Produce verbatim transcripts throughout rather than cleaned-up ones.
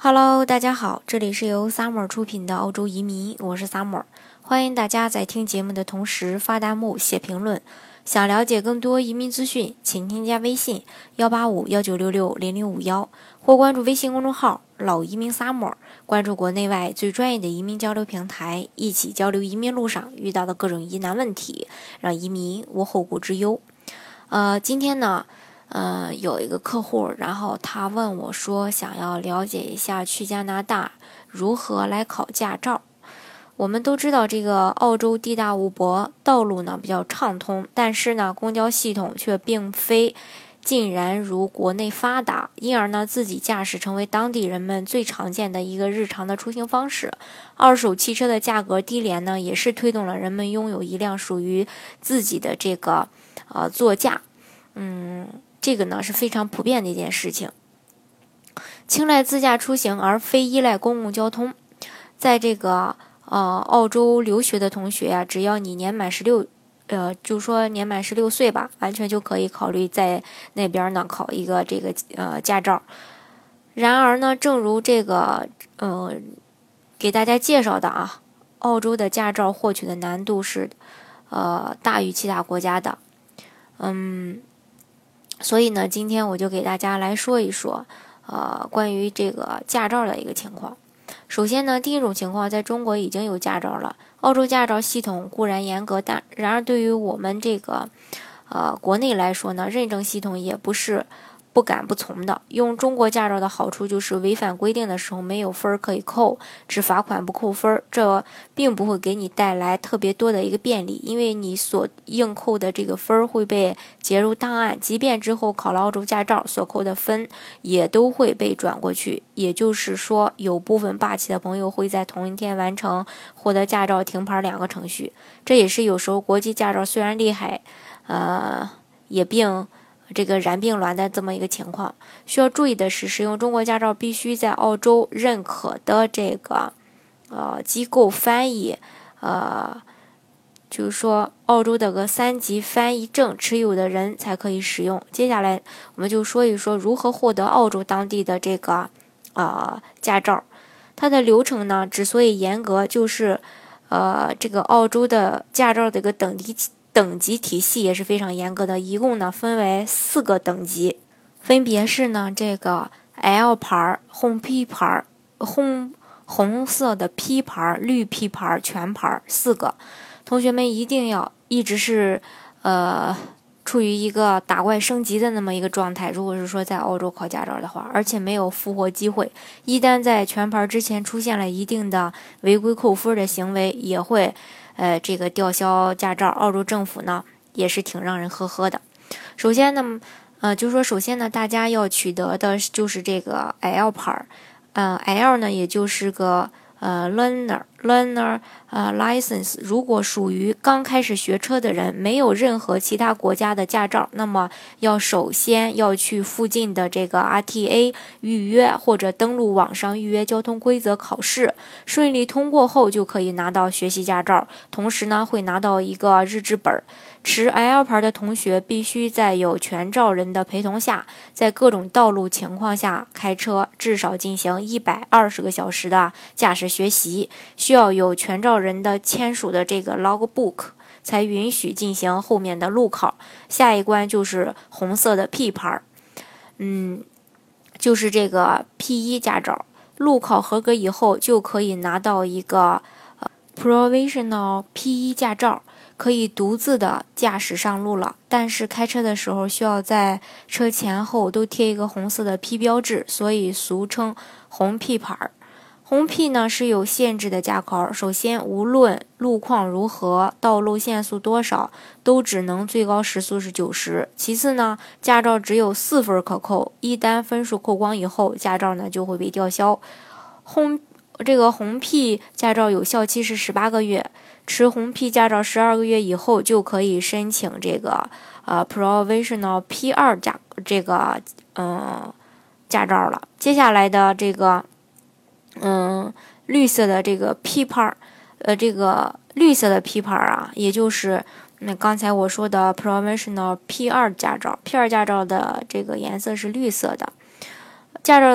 Hello，大家好，这里是由 Summer 出品的澳洲移民，我是 Summer， 欢迎大家在听节目的同时发弹幕、写评论。想了解更多移民资讯，请添加微信幺八五幺九六六零零五幺，或关注微信公众号老移民 Summer， 关注国内外最专业的移民交流平台，一起交流移民路上遇到的各种疑难问题，让移民无后顾之忧。呃，今天呢。呃，有一个客户，然后他问我说，想要了解一下去加拿大如何来考驾照。我们都知道，这个澳洲地大物博，道路呢比较畅通，但是呢，公交系统却并非尽然如国内发达，因而呢，自己驾驶成为当地人们最常见的一个日常的出行方式。二手汽车的价格低廉呢，也是推动了人们拥有一辆属于自己的这个呃座驾。嗯。这个呢是非常普遍的一件事情，青睐自驾出行而非依赖公共交通。在这个呃澳洲留学的同学呀、啊，只要你年满十六，呃，就说年满十六岁吧，完全就可以考虑在那边呢考一个这个呃驾照。然而呢，正如这个呃给大家介绍的啊，澳洲的驾照获取的难度是呃大于其他国家的，嗯。所以呢，今天我就给大家来说一说，呃，关于这个驾照的一个情况。首先呢，第一种情况，在中国已经有驾照了。澳洲驾照系统固然严格，但然而对于我们这个，呃，国内来说呢，认证系统也不是不敢不从的。用中国驾照的好处就是违反规定的时候没有分可以扣，只罚款不扣分，这并不会给你带来特别多的一个便利，因为你所应扣的这个分会被截入档案，即便之后考了澳洲驾照，所扣的分也都会被转过去。也就是说，有部分霸气的朋友会在同一天完成获得驾照停牌两个程序，这也是有时候国际驾照虽然厉害，呃，也并这个然并卵的这么一个情况。需要注意的是，使用中国驾照必须在澳洲认可的这个呃机构翻译，呃，就是说澳洲的个三级翻译证持有的人才可以使用。接下来我们就说一说如何获得澳洲当地的这个呃驾照。它的流程呢，之所以严格，就是呃这个澳洲的驾照的一个等级。等级体系也是非常严格的，一共呢分为四个等级，分别是呢这个 L 牌、红 P 牌、红红色的 P 牌、绿 P 牌、全牌四个。同学们一定要一直是呃处于一个打怪升级的那么一个状态。如果是说在澳洲考驾照的话，而且没有复活机会，一旦在全牌之前出现了一定的违规扣分的行为，也会。呃，这个吊销驾照，澳洲政府呢也是挺让人呵呵的。首先呢，呃，就是说，首先呢，大家要取得的就是这个 L 牌，呃 ，L 呢也就是个呃 learner learner 呃 license。如果属于刚开始学车的人，没有任何其他国家的驾照，那么要首先要去附近的这个 R T A 预约，或者登录网上预约交通规则考试，顺利通过后就可以拿到学习驾照。同时呢，会拿到一个日志本。持 L 牌的同学必须在有全照人的陪同下，在各种道路情况下开车，至少进行一百二十个小时的驾驶学习，需要有全照人的签署的这个 logbook， 才允许进行后面的路考。下一关就是红色的 P 牌，嗯，就是这个 P 一 驾照。路考合格以后，就可以拿到一个、呃、provisional P 一 驾照。可以独自的驾驶上路了，但是开车的时候需要在车前后都贴一个红色的 P 标志，所以俗称红 P 牌。红 P 呢是有限制的驾考，首先无论路况如何，道路限速多少，都只能最高时速是九十。其次呢，驾照只有四分可扣，一旦分数扣光以后，驾照呢就会被吊销。红这个红 P 驾照有效期是十八个月。持红 P 驾照十二个月以后，就可以申请这个呃 provisional P 二 驾这个嗯驾照了。接下来的这个嗯绿色的这个 P 牌，呃这个绿色的 P 牌啊，也就是那刚才我说的 provisional P 二 驾照 ，P 二 驾照的这个颜色是绿色的。驾照的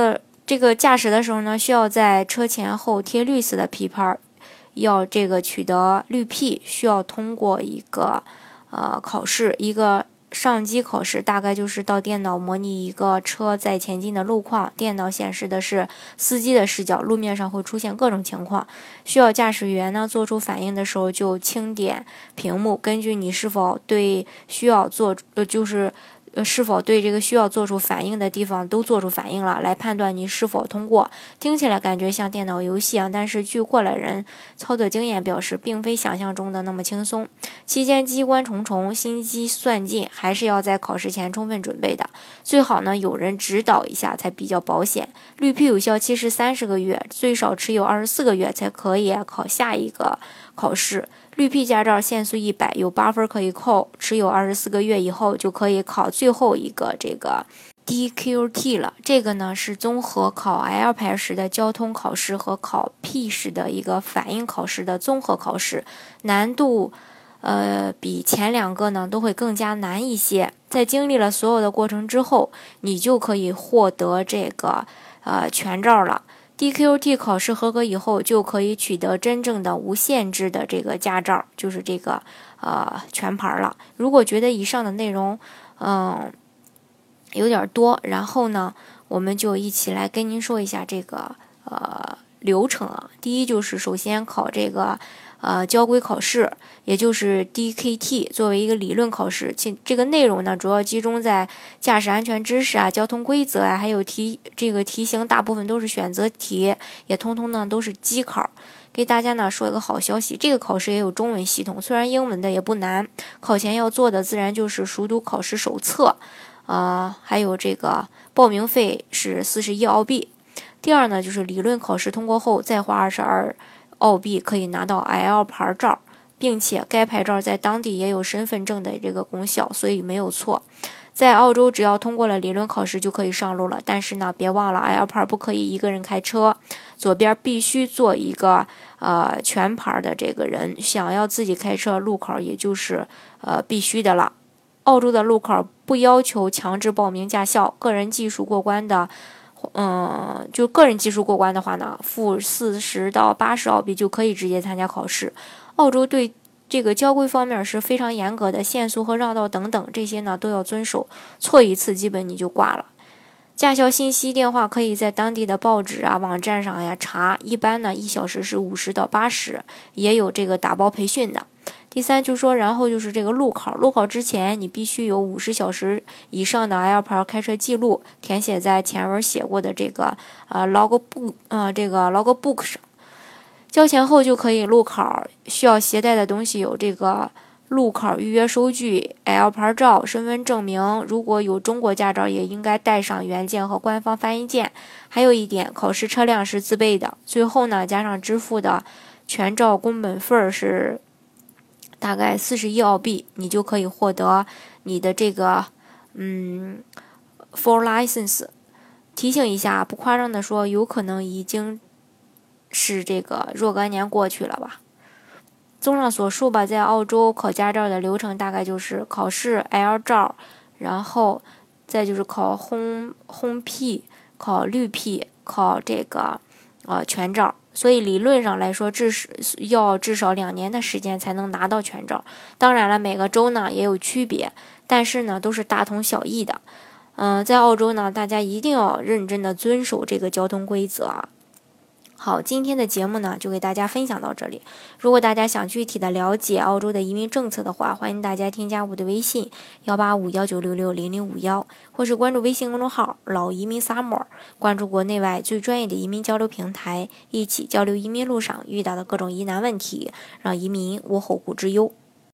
这个驾驶的时候呢，需要在车前后贴绿色的皮牌，要这个取得绿 P， 需要通过一个呃考试，一个上机考试，大概就是到电脑模拟一个车在前进的路况，电脑显示的是司机的视角，路面上会出现各种情况，需要驾驶员呢做出反应的时候就轻点屏幕，根据你是否对需要做呃就是呃是否对这个需要做出反应的地方都做出反应了，来判断你是否通过。听起来感觉像电脑游戏啊，但是据过来人操作经验表示，并非想象中的那么轻松。期间机关重重，心机算尽，还是要在考试前充分准备的。最好呢有人指导一下才比较保险。绿 P 有效期是三十个月，最少持有二十四个月才可以考下一个考试。绿 P 驾照限速一百，有八分可以扣，持有二十四个月以后就可以考最后一个这个 D Q T 了。这个呢是综合考 L 牌时的交通考试和考 P 时的一个反应考试的综合考试，难度呃比前两个呢都会更加难一些。在经历了所有的过程之后，你就可以获得这个呃全照了。D Q T 考试合格以后，就可以取得真正的无限制的这个驾照，就是这个呃全牌了。如果觉得以上的内容嗯有点多，然后呢，我们就一起来跟您说一下这个呃流程啊。第一就是首先考这个呃交规考试，也就是 D K T， 作为一个理论考试，其这个内容呢主要集中在驾驶安全知识啊、交通规则啊，还有题这个题型大部分都是选择题，也通通呢都是机考。给大家呢说一个好消息，这个考试也有中文系统，虽然英文的也不难。考前要做的自然就是熟读考试手册，呃，还有这个报名费是四十一澳币。第二呢就是理论考试通过后再花二十二澳币可以拿到 L 牌照，并且该牌照在当地也有身份证的这个功效，所以没有错。在澳洲只要通过了理论考试就可以上路了，但是呢别忘了 L 牌不可以一个人开车，左边必须做一个呃全牌的这个人，想要自己开车路考也就是呃必须的了。澳洲的路考不要求强制报名驾校，个人技术过关的嗯，就个人技术过关的话呢，付四十到八十澳币就可以直接参加考试。澳洲对这个交规方面是非常严格的，限速和绕道等等这些呢都要遵守，错一次基本你就挂了。驾校信息电话可以在当地的报纸啊、网站上呀查，一般呢一小时是五十到八十，也有这个打包培训的。第三就是说，然后就是这个路考，路考之前你必须有五十小时以上的 L 牌开车记录，填写在前文写过的这个呃 logbook 呃这个 logbook 上。交钱后就可以路考，需要携带的东西有这个路考预约收据、L 牌照、身份证明，如果有中国驾照也应该带上原件和官方翻译件。还有一点，考试车辆是自备的。最后呢，加上支付的全照工本费是大概四十一澳币，你就可以获得你的这个嗯 full license。提醒一下，不夸张的说，有可能已经是这个若干年过去了吧。综上所述吧，在澳洲考驾照的流程大概就是考试 L 照，然后再就是考红红 P， 考绿 P， 考这个呃全照。所以理论上来说，至少要至少两年的时间才能拿到全照。当然了，每个州呢也有区别，但是呢都是大同小异的。嗯、呃，在澳洲呢，大家一定要认真的遵守这个交通规则。好，今天的节目呢就给大家分享到这里。如果大家想具体的了解澳洲的移民政策的话，欢迎大家添加我的微信幺八五幺九六六零零五幺，或是关注微信公众号老移民 Summer， 关注国内外最专业的移民交流平台，一起交流移民路上遇到的各种疑难问题，让移民无后顾之忧。